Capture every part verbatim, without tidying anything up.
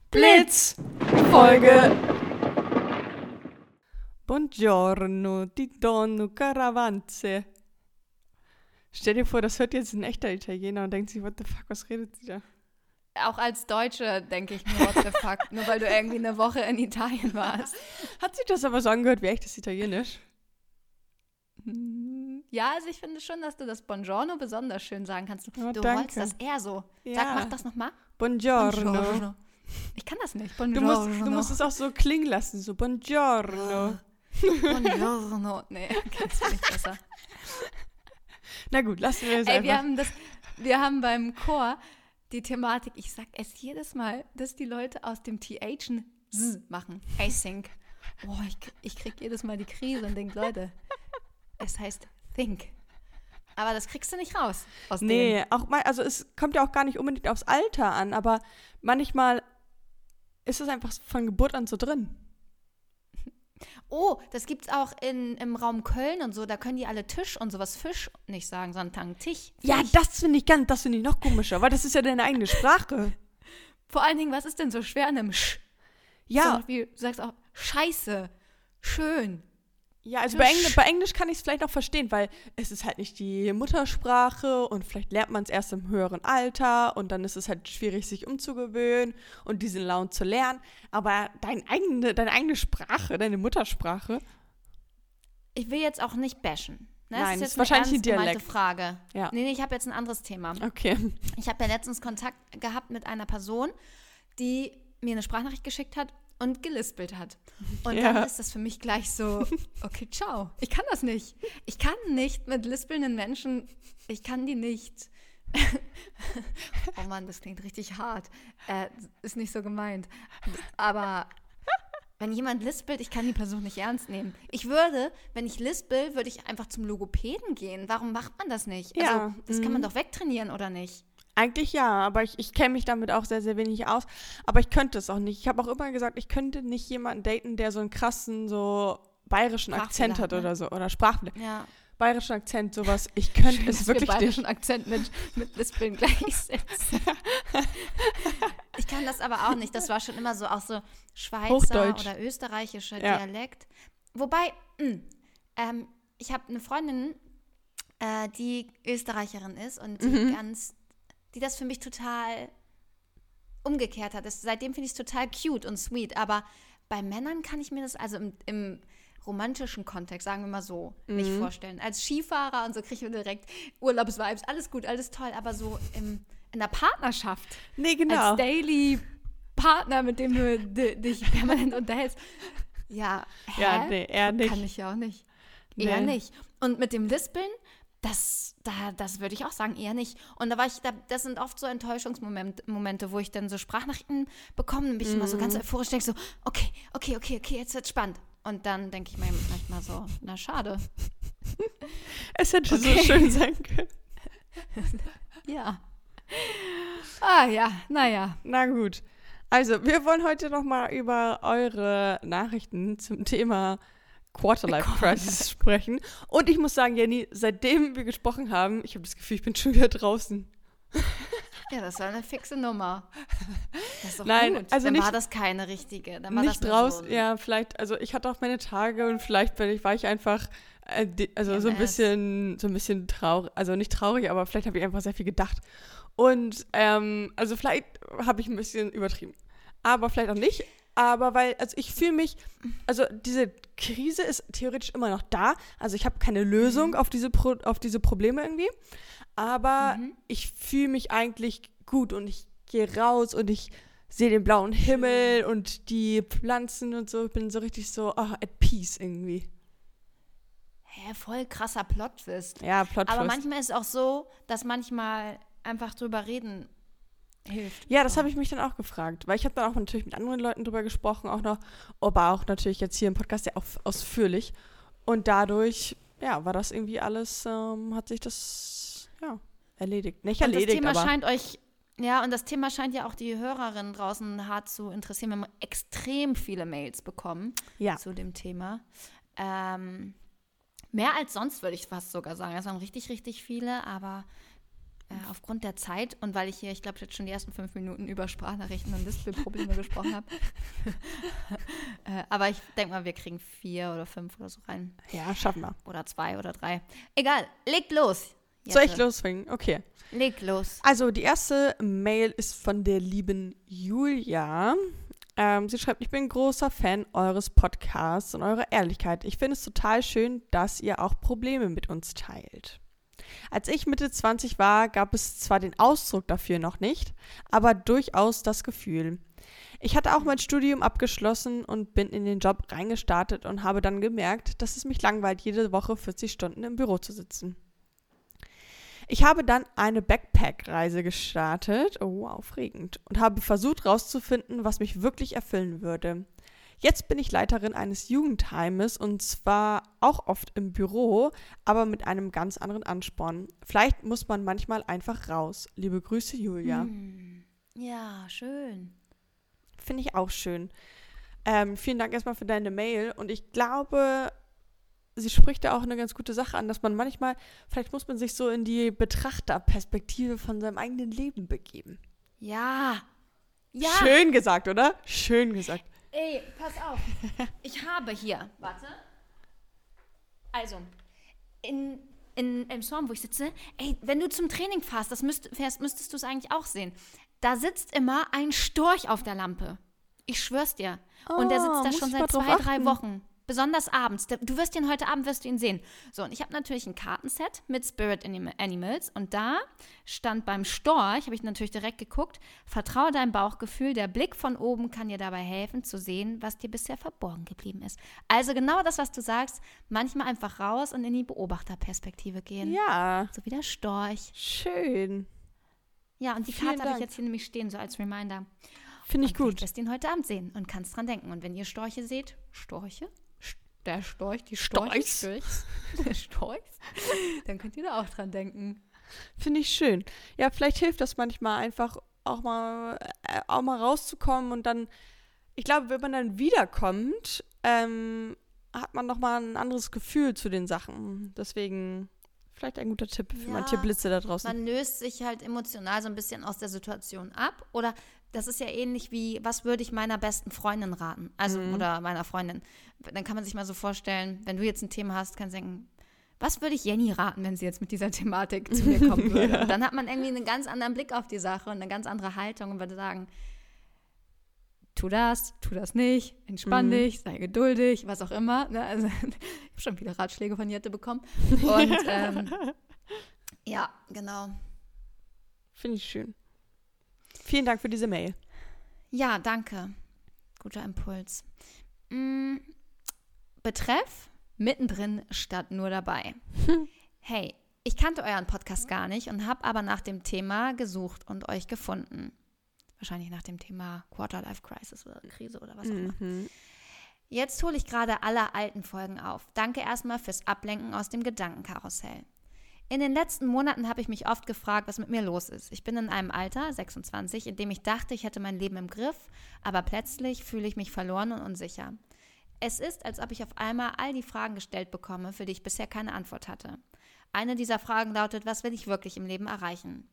Blitz Folge. Buongiorno, di donno caravanze. Stell dir vor, das hört jetzt ein echter Italiener und denkt sich, what the fuck, was redet sie da? Auch als Deutsche denke ich mir, what the fuck, nur weil du irgendwie eine Woche in Italien warst. Hat sich das aber so angehört wie echtes Italienisch? Ja, also ich finde schon, dass du das Buongiorno besonders schön sagen kannst. Oh, du danke. rollst das eher so. Ja. Sag, mach das nochmal. Buongiorno. Ich kann das nicht. Du Buongiorno. musst, du musst es auch so klingen lassen, so Buongiorno. Buongiorno. Nee, kannst du nicht besser. Na gut, lassen wir es Ey, einfach. wir haben, das, wir haben beim Chor die Thematik, ich sag es jedes Mal, dass die Leute aus dem T H ein Z machen. I think. Boah, ich, ich krieg jedes Mal die Krise und denk, Leute, es heißt think. Aber das kriegst du nicht raus. Aus Nee, auch mal, also es kommt ja auch gar nicht unbedingt aufs Alter an, aber manchmal ist es einfach von Geburt an so drin. Oh, das gibt's auch in, im Raum Köln und so, da können die alle Tisch und sowas Fisch nicht sagen, sondern Tisch. Ja, das finde ich ganz, das finde ich noch komischer, weil das ist ja deine eigene Sprache. Vor allen Dingen, was ist denn so schwer an einem Sch? Ja. Zum Beispiel, du sagst auch Scheiße, schön. Ja, also bei Englisch, bei Englisch kann ich es vielleicht auch verstehen, weil es ist halt nicht die Muttersprache und vielleicht lernt man es erst im höheren Alter und dann ist es halt schwierig, sich umzugewöhnen und diesen Laut zu lernen. Aber dein eigene, deine eigene Sprache, deine Muttersprache. Ich will jetzt auch nicht bashen. Ne? Nein, das ist ist jetzt wahrscheinlich eine ein ernst gemeinte Dialekt. Frage. Ja. Nee, nee, ich habe jetzt ein anderes Thema. Okay. Ich habe ja letztens Kontakt gehabt mit einer Person, die mir eine Sprachnachricht geschickt hat und gelispelt hat. Und Ja. dann ist das für mich gleich so, okay, ciao. Ich kann das nicht. Ich kann nicht mit lispelnden Menschen, ich kann die nicht. Oh Mann, das klingt richtig hart. Äh, ist nicht so gemeint. Aber wenn jemand lispelt, ich kann die Person nicht ernst nehmen. Ich würde, wenn ich lispel, würde ich einfach zum Logopäden gehen. Warum macht man das nicht? Ja, Also, das kann man doch wegtrainieren, oder nicht? Eigentlich ja, aber ich, ich kenne mich damit auch sehr, sehr wenig aus. Aber ich könnte es auch nicht. Ich habe auch immer gesagt, ich könnte nicht jemanden daten, der so einen krassen, so bayerischen Sprachfehler Akzent hat hat, ne? oder so. Oder Sprachfehler. Ja. Bayerischen Akzent, sowas. Ich könnte Schön, es dass wirklich wir nicht. bayerischen Akzent mit, mit Lispeln gleichsetzen. Ich kann das aber auch nicht. Das war schon immer so auch so Schweizer Hochdeutsch. oder österreichischer Ja. Dialekt. Wobei, mh, ähm, ich habe eine Freundin, äh, die Österreicherin ist und die Mhm. ganz, die das für mich total umgekehrt hat. Das, seitdem finde ich es total cute und sweet. Aber bei Männern kann ich mir das, also im, im romantischen Kontext, sagen wir mal so, nicht Mhm. vorstellen. Als Skifahrer und so kriege ich mir direkt Urlaubsvibes, alles gut, alles toll, aber so im, in der Partnerschaft, Nee, genau. als Daily Partner, mit dem du di- dich permanent unterhältst, ja, hä? Ja, nee, eher nicht. Kann ich ja auch nicht. Eher Nee. nicht. Und mit dem Lispeln, das, da, das würde ich auch sagen, eher nicht. Und da war ich, da, das sind oft so Enttäuschungsmomente, Momente, wo ich dann so Sprachnachrichten bekomme, dann bin ich immer so ganz Mhm. euphorisch, denke so, okay, okay, okay, okay, jetzt wird's spannend. Und dann denke ich mir manchmal so, na schade. Es hätte Okay. so schön sein können. Ja. Ah ja, naja. Na gut. Also, wir wollen heute nochmal über eure Nachrichten zum Thema Quarterlife Crisis sprechen. Und ich muss sagen, Jenny, seitdem wir gesprochen haben, ich habe das Gefühl, ich bin schon wieder draußen. Ja, das war eine fixe Nummer. Das ist doch Nein, gut. also dann nicht- war das keine richtige. Dann war Nicht das nur draußen, so ein- ja, vielleicht, also ich hatte auch meine Tage und vielleicht bin ich, war ich einfach, äh, di- also so ein P M S. bisschen, so ein bisschen traurig, also nicht traurig, aber vielleicht habe ich einfach sehr viel gedacht. Und, ähm, also vielleicht habe ich ein bisschen übertrieben. Aber vielleicht auch nicht. Aber weil, also ich fühle mich, also diese Krise ist theoretisch immer noch da. Also ich habe keine Lösung auf diese Pro, auf diese Probleme irgendwie. Aber Mhm. ich fühle mich eigentlich gut und ich gehe raus und ich sehe den blauen Himmel und die Pflanzen und so. Ich bin so richtig so oh, at peace irgendwie. Hä, voll krasser Plot-Twist. Ja, Plot Aber Twist. manchmal ist es auch so, dass manchmal einfach drüber reden hilft. Ja, das habe ich mich dann auch gefragt, weil ich habe dann auch natürlich mit anderen Leuten drüber gesprochen, auch noch, aber auch natürlich jetzt hier im Podcast sehr auf, ausführlich. Und dadurch, ja, war das irgendwie alles, ähm, hat sich das, ja, erledigt. Nicht Und das erledigt, Thema aber scheint euch, ja, und das Thema scheint ja auch die Hörerinnen draußen hart zu interessieren. Wir haben extrem viele Mails bekommen ja. zu dem Thema. Ähm, mehr als sonst, würde ich fast sogar sagen. Es waren richtig, richtig viele, aber äh, aufgrund der Zeit und weil ich hier, ich glaube, jetzt schon die ersten fünf Minuten über Sprachnachrichten und Displayprobleme gesprochen habe. äh, aber ich denke mal, wir kriegen vier oder fünf oder so rein. Ja, schaffen wir. Oder zwei oder drei. Egal, legt los. Soll ich loslegen? Okay. Leg los. Also die erste Mail ist von der lieben Julia. Ähm, sie schreibt, ich bin großer Fan eures Podcasts und eurer Ehrlichkeit. Ich finde es total schön, dass ihr auch Probleme mit uns teilt. Als ich Mitte zwanzig war, gab es zwar den Ausdruck dafür noch nicht, aber durchaus das Gefühl. Ich hatte auch mein Studium abgeschlossen und bin in den Job reingestartet und habe dann gemerkt, dass es mich langweilt, jede Woche vierzig Stunden im Büro zu sitzen. Ich habe dann eine Backpack-Reise gestartet, oh, aufregend, und habe versucht herauszufinden, was mich wirklich erfüllen würde. Jetzt bin ich Leiterin eines Jugendheimes und zwar auch oft im Büro, aber mit einem ganz anderen Ansporn. Vielleicht muss man manchmal einfach raus. Liebe Grüße, Julia. Hm. Ja, schön. Finde ich auch schön. Ähm, vielen Dank erstmal für deine Mail und ich glaube, sie spricht da auch eine ganz gute Sache an, dass man manchmal, vielleicht muss man sich so in die Betrachterperspektive von seinem eigenen Leben begeben. Ja. Ja. Schön gesagt, oder? Schön gesagt. Ey, pass auf. Ich habe hier, warte. Also, in, in, im Storm, wo ich sitze, ey, wenn du zum Training fährst, das müsst, fährst, müsstest du es eigentlich auch sehen. Da sitzt immer ein Storch auf der Lampe. Ich schwör's dir. Und der sitzt da schon seit zwei, drei Wochen. Besonders abends. Du wirst ihn heute Abend, wirst du ihn sehen. So, und ich habe natürlich ein Kartenset mit Spirit Animals und da stand beim Storch, habe ich natürlich direkt geguckt, vertraue deinem Bauchgefühl, der Blick von oben kann dir dabei helfen zu sehen, was dir bisher verborgen geblieben ist. Also genau das, was du sagst, manchmal einfach raus und in die Beobachterperspektive gehen. Ja. So wie der Storch. Schön. Ja, und die Vielen Karte habe ich Dank. jetzt hier nämlich stehen, so als Reminder. Finde ich Und vielleicht gut. wirst du ihn heute Abend sehen und kannst dran denken. Und wenn ihr Storche seht, Storche? Der Storch, die Storche, Storchs. der Storch, dann könnt ihr da auch dran denken. Finde ich schön. Ja, vielleicht hilft das manchmal einfach auch mal, äh, auch mal rauszukommen und dann, ich glaube, wenn man dann wiederkommt, ähm, hat man nochmal ein anderes Gefühl zu den Sachen. Deswegen vielleicht ein guter Tipp für Ja, manche Blitze da draußen. Man löst sich halt emotional so ein bisschen aus der Situation ab. Oder das ist ja ähnlich wie, was würde ich meiner besten Freundin raten? Also, Mhm. oder meiner Freundin. Dann kann man sich mal so vorstellen, wenn du jetzt ein Thema hast, kannst du denken, was würde ich Jenny raten, wenn sie jetzt mit dieser Thematik zu mir kommen würde? Ja. Und dann hat man irgendwie einen ganz anderen Blick auf die Sache und eine ganz andere Haltung und würde sagen, tu das, tu das nicht, entspann Mhm. dich, sei geduldig, was auch immer. Ne? Also, ich habe schon viele Ratschläge von Jette bekommen. Und ähm, ja, genau. Finde ich schön. Vielen Dank für diese Mail. Ja, danke. Guter Impuls. Mm, Betreff, mittendrin statt nur dabei. Hey, ich kannte euren Podcast gar nicht und habe aber nach dem Thema gesucht und euch gefunden. Wahrscheinlich nach dem Thema Quarter-Life-Crisis oder Krise oder was auch immer. Mhm. Jetzt hole ich gerade alle alten Folgen auf. Danke erstmal fürs Ablenken aus dem Gedankenkarussell. In den letzten Monaten habe ich mich oft gefragt, was mit mir los ist. Ich bin in einem Alter, sechsundzwanzig, in dem ich dachte, ich hätte mein Leben im Griff, aber plötzlich fühle ich mich verloren und unsicher. Es ist, als ob ich auf einmal all die Fragen gestellt bekomme, für die ich bisher keine Antwort hatte. Eine dieser Fragen lautet, was will ich wirklich im Leben erreichen?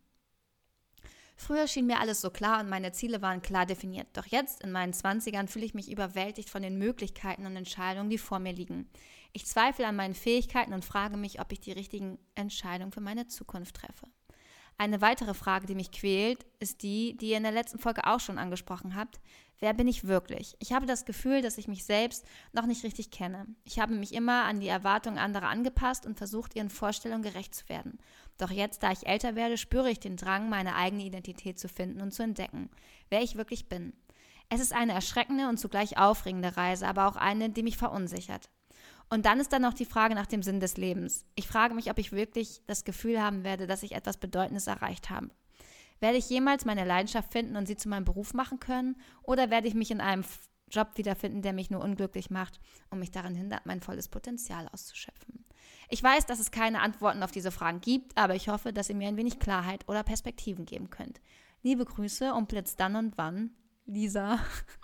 Früher schien mir alles so klar und meine Ziele waren klar definiert. Doch jetzt, in meinen Zwanzigern, fühle ich mich überwältigt von den Möglichkeiten und Entscheidungen, die vor mir liegen. Ich zweifle an meinen Fähigkeiten und frage mich, ob ich die richtigen Entscheidungen für meine Zukunft treffe. Eine weitere Frage, die mich quält, ist die, die ihr in der letzten Folge auch schon angesprochen habt. Wer bin ich wirklich? Ich habe das Gefühl, dass ich mich selbst noch nicht richtig kenne. Ich habe mich immer an die Erwartungen anderer angepasst und versucht, ihren Vorstellungen gerecht zu werden. Doch jetzt, da ich älter werde, spüre ich den Drang, meine eigene Identität zu finden und zu entdecken, wer ich wirklich bin. Es ist eine erschreckende und zugleich aufregende Reise, aber auch eine, die mich verunsichert. Und dann ist da noch die Frage nach dem Sinn des Lebens. Ich frage mich, ob ich wirklich das Gefühl haben werde, dass ich etwas Bedeutendes erreicht habe. Werde ich jemals meine Leidenschaft finden und sie zu meinem Beruf machen können? Oder werde ich mich in einem Job wiederfinden, der mich nur unglücklich macht und mich daran hindert, mein volles Potenzial auszuschöpfen? Ich weiß, dass es keine Antworten auf diese Fragen gibt, aber ich hoffe, dass ihr mir ein wenig Klarheit oder Perspektiven geben könnt. Liebe Grüße und Blitz dann und wann, Lisa.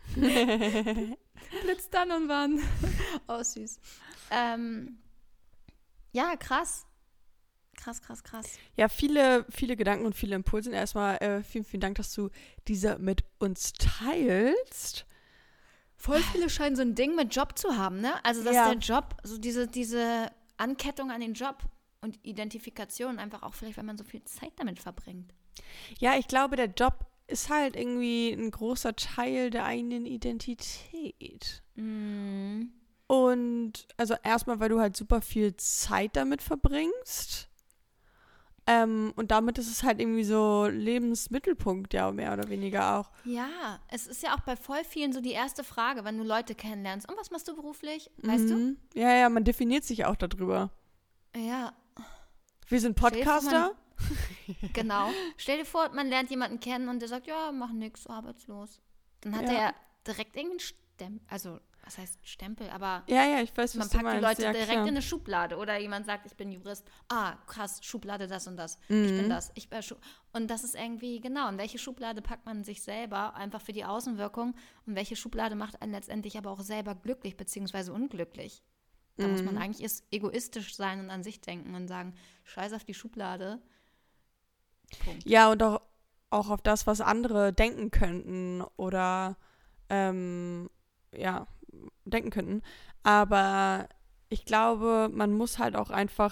Blitz dann und wann. Oh, süß. Ähm, ja, krass. Krass, krass, krass. Ja, viele, viele Gedanken und viele Impulse. Erstmal äh, vielen, vielen Dank, dass du diese mit uns teilst. Voll viele scheinen so ein Ding mit Job zu haben, ne? Also, dass Ja. der Job, so diese, diese Ankettung an den Job und Identifikation einfach auch vielleicht, wenn man so viel Zeit damit verbringt. Ja, ich glaube, der Job ist halt irgendwie ein großer Teil der eigenen Identität. Mhm. Und also erstmal, weil du halt super viel Zeit damit verbringst. Ähm, und damit ist es halt irgendwie so Lebensmittelpunkt, ja, mehr oder weniger auch. Ja, es ist ja auch bei voll vielen so die erste Frage, wenn du Leute kennenlernst. Und was machst du beruflich? Weißt mhm. du? Ja, ja, man definiert sich auch darüber. Ja. Wir sind Stell dir vor, Podcaster. Genau. Stell dir vor, man lernt jemanden kennen und der sagt, ja, mach nix, arbeitslos. Dann hat Ja. er direkt irgendwie einen Stempel, also was heißt Stempel, aber Ja, ja, ich weiß, was man du packt meinst. die Leute ja, direkt klar. in eine Schublade. Oder jemand sagt, ich bin Jurist. Ah, krass, Schublade das und das. Ich Mhm. bin das. Ich bin Schu und das ist irgendwie, genau, in welche Schublade packt man sich selber, einfach für die Außenwirkung. Und welche Schublade macht einen letztendlich aber auch selber glücklich beziehungsweise unglücklich. Da muss man Mhm. eigentlich erst egoistisch sein und an sich denken und sagen, scheiß auf die Schublade. Punkt. Ja, und auch, auch auf das, was andere denken könnten oder ähm, ja, denken könnten. Aber ich glaube, man muss halt auch einfach,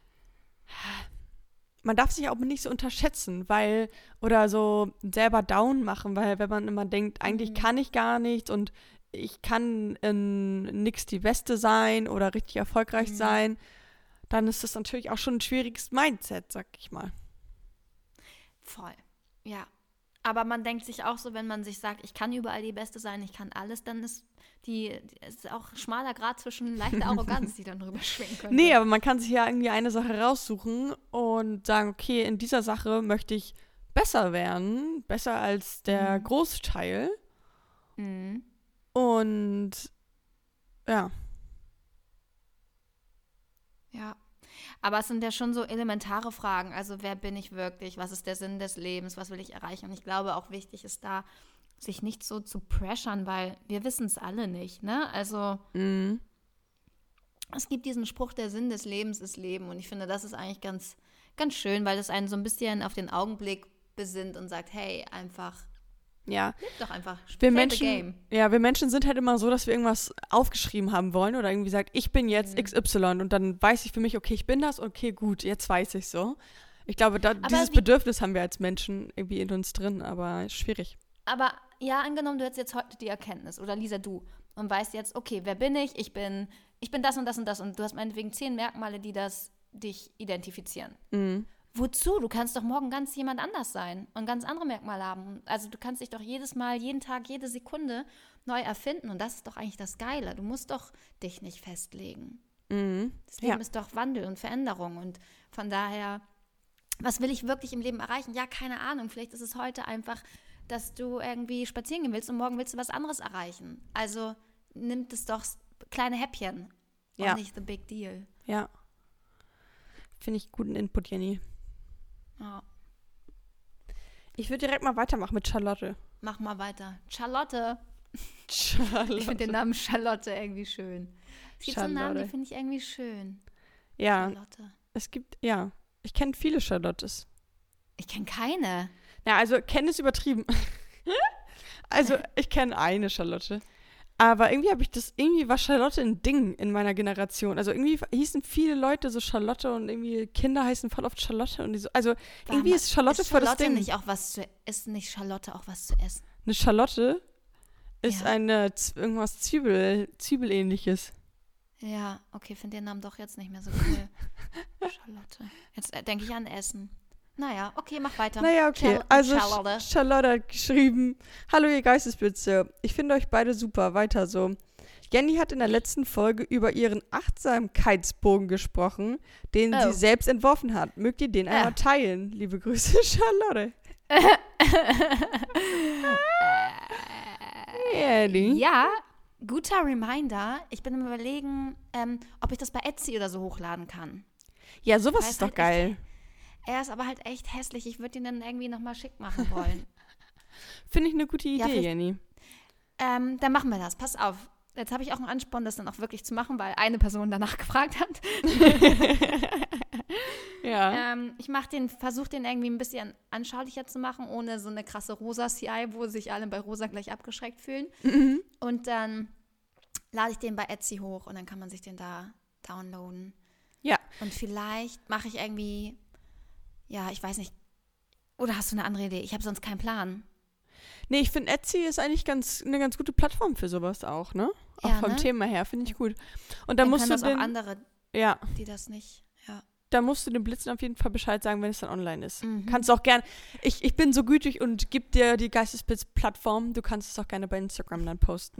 man darf sich auch nicht so unterschätzen, weil, oder so selber down machen, weil wenn man immer denkt, eigentlich Mhm. kann ich gar nichts und ich kann in nix die Beste sein oder richtig erfolgreich Mhm. sein, dann ist das natürlich auch schon ein schwieriges Mindset, sag ich mal. Voll, ja. Aber man denkt sich auch so, wenn man sich sagt, ich kann überall die Beste sein, ich kann alles, dann ist die, die ist auch ein schmaler Grad zwischen leichter Arroganz, die dann drüber schwingen könnte. Nee, aber man kann sich ja irgendwie eine Sache raussuchen und sagen, okay, in dieser Sache möchte ich besser werden, besser als der Mhm. Großteil. Mhm. Und ja, Ja. Aber es sind ja schon so elementare Fragen. Also, wer bin ich wirklich? Was ist der Sinn des Lebens? Was will ich erreichen? Und ich glaube, auch wichtig ist da, sich nicht so zu pressern, weil wir wissen es alle nicht, ne? Also, mm, es gibt diesen Spruch, der Sinn des Lebens ist Leben. Und ich finde, das ist eigentlich ganz, ganz schön, weil das einen so ein bisschen auf den Augenblick besinnt und sagt, hey, einfach, ja. leb doch einfach, Wir play the Menschen, game. ja, wir Menschen sind halt immer so, dass wir irgendwas aufgeschrieben haben wollen oder irgendwie sagt, ich bin jetzt Mhm. X Y und dann weiß ich für mich, okay, ich bin das, okay, gut, jetzt weiß ich so. Ich glaube, da, dieses wie- Bedürfnis haben wir als Menschen irgendwie in uns drin, aber schwierig. Aber ja, angenommen, du hättest jetzt heute die Erkenntnis, oder Lisa, du, und weißt jetzt, okay, wer bin ich? Ich bin, ich bin das und das und das und du hast meinetwegen zehn Merkmale, die das dich identifizieren. Mhm. Wozu? Du kannst doch morgen ganz jemand anders sein und ganz andere Merkmale haben. Also du kannst dich doch jedes Mal, jeden Tag, jede Sekunde neu erfinden und das ist doch eigentlich das Geile. Du musst doch dich nicht festlegen. Mhm. Das Leben Ja. ist doch Wandel und Veränderung und von daher, was will ich wirklich im Leben erreichen? Ja, keine Ahnung. Vielleicht ist es heute einfach, dass du irgendwie spazieren gehen willst und morgen willst du was anderes erreichen. Also nimm das doch s- kleine Häppchen Ja. und nicht the big deal. Ja. Finde ich guten Input, Jenny. Ja, Ich würde direkt mal weitermachen mit Charlotte. mach mal weiter. Charlotte. Charlotte. Ich finde den Namen Charlotte irgendwie schön. Es gibt so einen Namen, Charlotte. die finde ich irgendwie schön. Ja, Charlotte. es gibt, ja. Ich kenne viele Charlottes. Ich kenne keine. Ja, also kennen ist übertrieben. Also ich kenne eine Charlotte. Aber irgendwie habe ich das, irgendwie war Charlotte ein Ding in meiner Generation. Also irgendwie hießen viele Leute so Charlotte und irgendwie Kinder heißen voll oft Charlotte und die so. Also irgendwie Warte ist mal, Charlotte ist voll das Charlotte Ding. nicht auch was zu ist nicht Charlotte auch was zu essen? Eine Charlotte ist Ja. eine Z- irgendwas Zwiebel, Zwiebelähnliches. Ja, okay, finde den Namen doch jetzt nicht mehr so cool. Charlotte. Jetzt äh, denke ich an Essen. Naja, okay, mach weiter. Naja, okay. Char- Also Charlotte. Sch- Charlotte hat geschrieben, hallo ihr Geistesblitze, ich finde euch beide super, weiter so. Jenny hat in der letzten Folge über ihren Achtsamkeitsbogen gesprochen, den Oh. sie selbst entworfen hat. Mögt ihr den Ja. einmal teilen? Liebe Grüße, Charlotte. Jenny? Ja, guter Reminder. Ich bin am Überlegen, ähm, ob ich das bei Etsy oder so hochladen kann. Ja, sowas Weil ist es doch halt geil. Er ist aber halt echt hässlich. Ich würde ihn dann irgendwie nochmal schick machen wollen. Finde ich eine gute Idee, Ja, vielleicht- Jenny. ähm, dann machen wir das. Pass auf. Jetzt habe ich auch einen Ansporn, das dann auch wirklich zu machen, weil eine Person danach gefragt hat. Ja. Ähm, ich mach den, versuche den irgendwie ein bisschen anschaulicher zu machen, ohne so eine krasse rosa-C I, wo sich alle bei rosa gleich abgeschreckt fühlen. Mhm. Und dann lade ich den bei Etsy hoch und dann kann man sich den da downloaden. Ja. Und vielleicht mache ich irgendwie, ja, ich weiß nicht, oder hast du eine andere Idee? Ich habe sonst keinen Plan. Nee, ich finde Etsy ist eigentlich ganz eine ganz gute Plattform für sowas auch, ne? Auch Ja, vom ne? Thema her, finde ich gut. Und dann Dann musst können du das den, auch andere, ja, die das nicht, ja. da musst du dem Blitzen auf jeden Fall Bescheid sagen, wenn es dann online ist. Mhm. Kannst du auch gern, ich, ich bin so gütig und gib dir die Geistesblitz-Plattform, du kannst es auch gerne bei Instagram dann posten.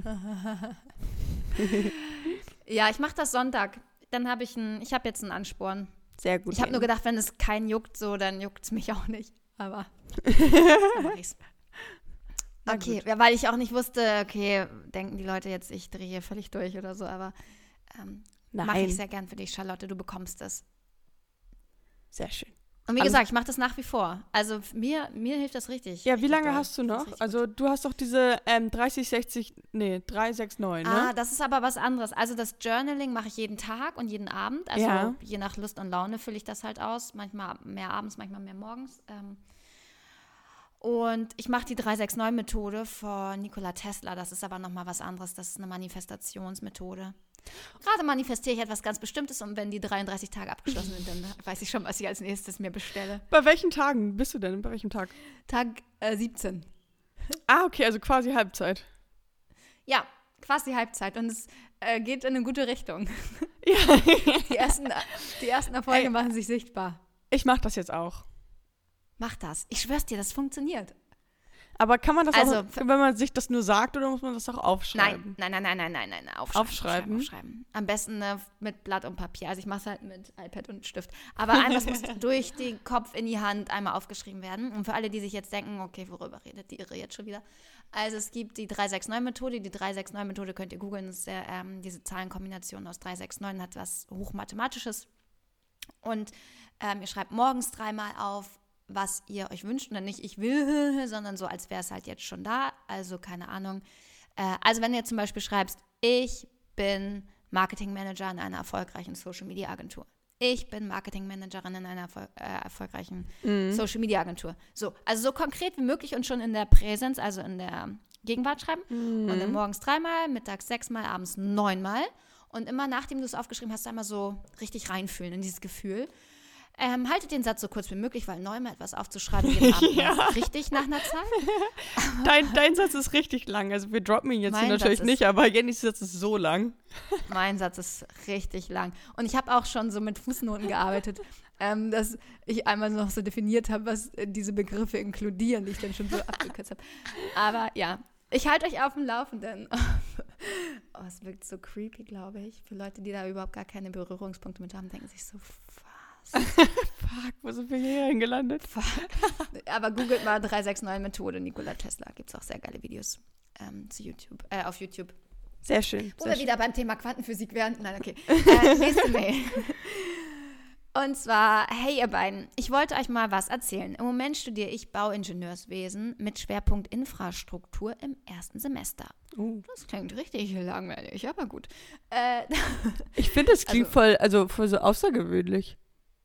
Ja, ich mache das Sonntag. Dann habe ich ein, ich habe jetzt einen Ansporn. Sehr gut. Ich habe nur gedacht, wenn es keinen juckt, so, dann juckt es mich auch nicht. Aber dann mache ich's. Na Okay, gut. ja, weil ich auch nicht wusste, okay, denken die Leute jetzt, ich drehe hier völlig durch oder so, aber ähm, mache Nein, ich sehr gern für dich, Charlotte, du bekommst es. sehr schön. Und wie Alles- gesagt, ich mache das nach wie vor. Also mir, mir hilft das richtig. Ja, wie richtig lange doll. hast du Das ist noch? richtig Also gut. du hast doch diese ähm, dreißig, sechzig, nee, drei sechs neun, Ah, ne? das ist aber was anderes. Also das Journaling mache ich jeden Tag und jeden Abend. Also Ja. je nach Lust und Laune fülle ich das halt aus. Manchmal mehr abends, manchmal mehr morgens. Ähm, Und ich mache die drei sechs neun Methode von Nikola Tesla. Das ist aber nochmal was anderes. Das ist eine Manifestationsmethode. Gerade manifestiere ich etwas ganz Bestimmtes und wenn die dreiunddreißig Tage abgeschlossen sind, dann weiß ich schon, was ich als nächstes mir bestelle. Bei welchen Tagen bist du denn? Bei welchem Tag? Tag äh, siebzehn. Ah, okay, also quasi Halbzeit. Ja, quasi Halbzeit und es äh, geht in eine gute Richtung. Ja. Die ersten, die ersten Erfolge Ey. machen sich sichtbar. Ich mache das jetzt auch. Mach das. Ich schwör's dir, das funktioniert. Aber kann man das Also, auch, wenn man sich das nur sagt, oder muss man das auch Nein, aufschreiben? nein, nein, nein, nein, nein, nein. Aufschreiben. Aufschreiben? Aufschreiben. aufschreiben. Am besten äh, mit Blatt und Papier. Also ich mache es halt mit iPad und Stift. Aber einmal muss durch den Kopf in die Hand einmal aufgeschrieben werden. Und für alle, die sich jetzt denken, okay, worüber redet die Irre jetzt schon wieder? Also es gibt die drei sechs neun Methode. Die drei sechs neun Methode könnt ihr googeln. Das ist ja, ähm, diese Zahlenkombination aus drei sechs neun hat was Hochmathematisches. Und ähm, ihr schreibt morgens dreimal auf, was ihr euch wünscht und dann nicht ich will, sondern so, als wäre es halt jetzt schon da. Also keine Ahnung. Äh, also wenn du jetzt zum Beispiel schreibst, ich bin Marketingmanager in einer erfolgreichen Social-Media-Agentur. Ich bin Marketingmanagerin in einer erfol äh, erfolgreichen Mhm. Social-Media-Agentur. So, also so konkret wie möglich und schon in der Präsenz, also in der Gegenwart schreiben. Mhm. Und dann morgens dreimal, mittags sechsmal, abends neunmal. Und immer nachdem du es aufgeschrieben hast, einmal so richtig reinfühlen in dieses Gefühl. Ähm, haltet den Satz so kurz wie möglich, weil neunmal etwas aufzuschreiben jeden Abend Ja. nervt richtig nach einer Zeit. Dein, dein Satz ist richtig lang. Also wir droppen ihn jetzt hier Mein natürlich Satz ist- nicht, aber Jennys Satz ist so lang. Mein Satz ist richtig lang. Und ich habe auch schon so mit Fußnoten gearbeitet, ähm, dass ich einmal noch so definiert habe, was äh, diese Begriffe inkludieren, die ich dann schon so abgekürzt habe. Aber ja, ich halte euch auf dem Laufenden. Oh, es wirkt so creepy, glaube ich. Für Leute, die da überhaupt gar keine Berührungspunkte mit haben, denken sich so, was? Fuck, wo sind wir hier hingelandet? Aber googelt mal drei sechs neun Methode Nikola Tesla. Gibt es auch sehr geile Videos ähm, zu YouTube, äh, auf YouTube. Sehr schön. Wo Sehr wir schön. wieder beim Thema Quantenphysik wären. Nein, okay. Äh, nächste Mail. Und zwar, hey ihr beiden, ich wollte euch mal was erzählen. Im Moment studiere ich Bauingenieurswesen mit Schwerpunkt Infrastruktur im ersten Semester. Oh. Das klingt richtig langweilig, aber gut. Äh, Ich finde, es klingt Also- voll, also voll so außergewöhnlich.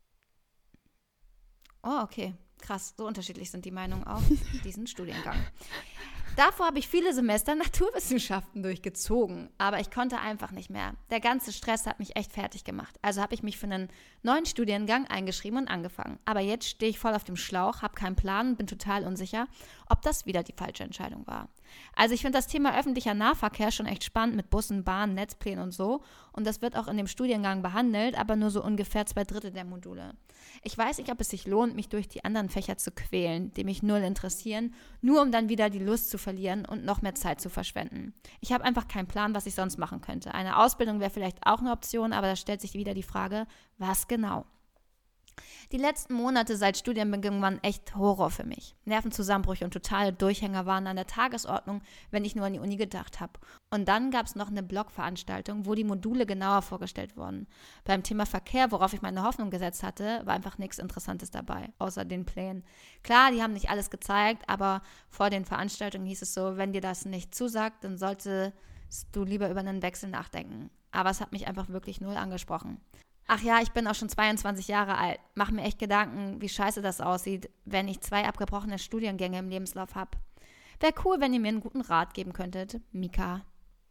Oh, okay. Krass. So unterschiedlich sind die Meinungen auf diesen Studiengang. Davor habe ich viele Semester Naturwissenschaften durchgezogen, aber ich konnte einfach nicht mehr. Der ganze Stress hat mich echt fertig gemacht. Also habe ich mich für einen neuen Studiengang eingeschrieben und angefangen. Aber jetzt stehe ich voll auf dem Schlauch, habe keinen Plan und bin total unsicher, ob das wieder die falsche Entscheidung war. Also ich finde das Thema öffentlicher Nahverkehr schon echt spannend mit Bussen, Bahnen, Netzplänen und so. Und das wird auch in dem Studiengang behandelt, aber nur so ungefähr zwei Drittel der Module. Ich weiß nicht, ob es sich lohnt, mich durch die anderen Fächer zu quälen, die mich null interessieren, nur um dann wieder die Lust zu verlieren und noch mehr Zeit zu verschwenden. Ich habe einfach keinen Plan, was ich sonst machen könnte. Eine Ausbildung wäre vielleicht auch eine Option, aber da stellt sich wieder die Frage, was genau? Die letzten Monate seit Studienbeginn waren echt Horror für mich. Nervenzusammenbrüche und totale Durchhänger waren an der Tagesordnung, wenn ich nur an die Uni gedacht habe. Und dann gab es noch eine Blogveranstaltung, wo die Module genauer vorgestellt wurden. Beim Thema Verkehr, worauf ich meine Hoffnung gesetzt hatte, war einfach nichts Interessantes dabei, außer den Plänen. Klar, die haben nicht alles gezeigt, aber vor den Veranstaltungen hieß es so, wenn dir das nicht zusagt, dann solltest du lieber über einen Wechsel nachdenken. Aber es hat mich einfach wirklich null angesprochen. Ach ja, ich bin auch schon zweiundzwanzig Jahre alt. Mach mir echt Gedanken, wie scheiße das aussieht, wenn ich zwei abgebrochene Studiengänge im Lebenslauf habe. Wäre cool, wenn ihr mir einen guten Rat geben könntet, Mika.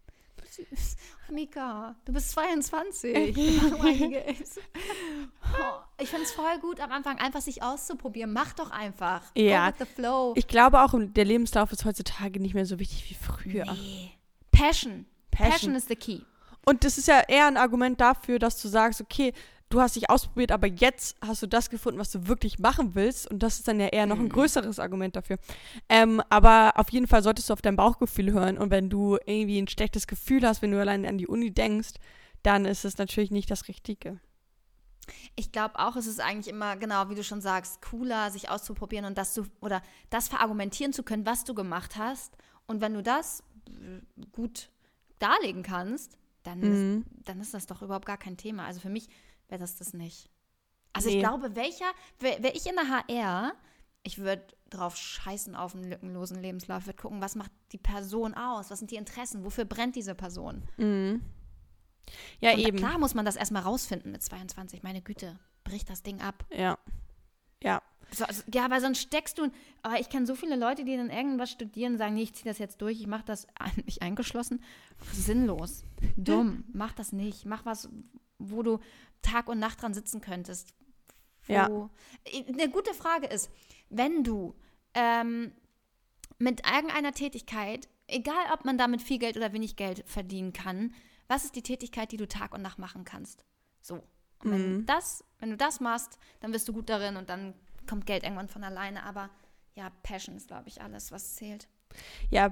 Mika, du bist zweiundzwanzig. Oh mein Gott. Oh, ich finde es voll gut, am Anfang einfach sich auszuprobieren. Mach doch einfach. Ja. Go with the flow. Ich glaube auch, der Lebenslauf ist heutzutage nicht mehr so wichtig wie früher. Nee. Passion. Passion. Passion is the key. Und das ist ja eher ein Argument dafür, dass du sagst, okay, du hast dich ausprobiert, aber jetzt hast du das gefunden, was du wirklich machen willst. Und das ist dann ja eher noch ein größeres Argument dafür. Ähm, aber auf jeden Fall solltest du auf dein Bauchgefühl hören. Und wenn du irgendwie ein schlechtes Gefühl hast, wenn du allein an die Uni denkst, dann ist es natürlich nicht das Richtige. Ich glaube auch, es ist eigentlich immer, genau, wie du schon sagst, cooler, sich auszuprobieren und das zu, oder das verargumentieren zu können, was du gemacht hast. Und wenn du das gut darlegen kannst, dann, Mhm. ist, dann ist das doch überhaupt gar kein Thema. Also für mich wäre das das nicht. Also Nee. ich glaube, welcher, wäre wär ich in der H R, ich würde drauf scheißen auf einen lückenlosen Lebenslauf, würde gucken, was macht die Person aus, was sind die Interessen, wofür brennt diese Person. Mhm. Ja, Und eben. klar muss man das erstmal rausfinden mit zweiundzwanzig, meine Güte, bricht das Ding ab. Ja. Ja. So, also, ja, weil sonst steckst du, aber ich kenne so viele Leute, die dann irgendwas studieren und sagen, nee, ich ziehe das jetzt durch, ich mache das, nicht eingeschlossen, sinnlos, dumm, mach das nicht, mach was, wo du Tag und Nacht dran sitzen könntest. Wo, Ja. Eine gute Frage ist, wenn du ähm, mit irgendeiner Tätigkeit, egal ob man damit viel Geld oder wenig Geld verdienen kann, was ist die Tätigkeit, die du Tag und Nacht machen kannst? So. Und wenn, Mhm. das, wenn du das machst, dann wirst du gut darin und dann kommt Geld irgendwann von alleine. Aber ja, Passion ist, glaube ich, alles, was zählt. Ja,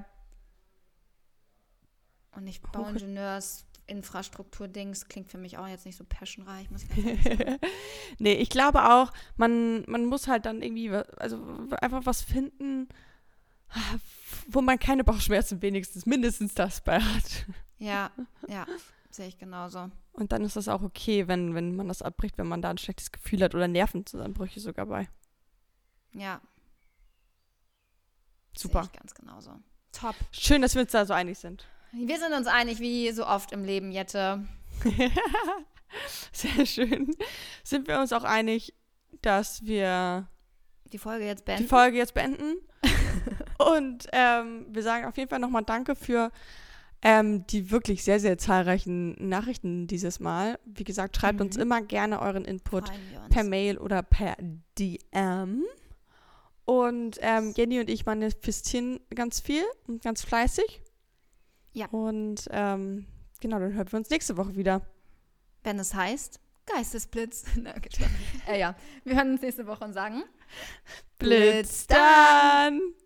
Und nicht Bauingenieurs, Infrastruktur-Dings klingt für mich auch jetzt nicht so passionreich, muss ich ganz ehrlich sagen. nee, ich glaube auch, man, man muss halt dann irgendwie, wa- also einfach was finden, wo man keine Bauchschmerzen wenigstens, mindestens das bei hat. Ja, ja, sehe ich genauso. Und dann ist das auch okay, wenn, wenn man das abbricht, wenn man da ein schlechtes Gefühl hat oder Nervenzusammenbrüche sogar bei. Ja, Super. sehe ich ganz genauso. Top. Schön, dass wir uns da so einig sind. Wir sind uns einig, wie so oft im Leben, Jette. Sehr schön. Sind wir uns auch einig, dass wir Die Folge jetzt die beenden? Folge jetzt beenden? Und ähm, wir sagen auf jeden Fall nochmal Danke für ähm, die wirklich sehr, sehr zahlreichen Nachrichten dieses Mal. Wie gesagt, schreibt Mhm. uns immer gerne euren Input Freuen wir uns. per Mail oder per D M. Und ähm, Jenny und ich manifestieren ganz viel und ganz fleißig. Ja. Und ähm, genau, dann hören wir uns nächste Woche wieder. Wenn es heißt, Geistesblitz. Na, okay, Spaß. äh, ja, wir hören uns nächste Woche und sagen Blitz dann!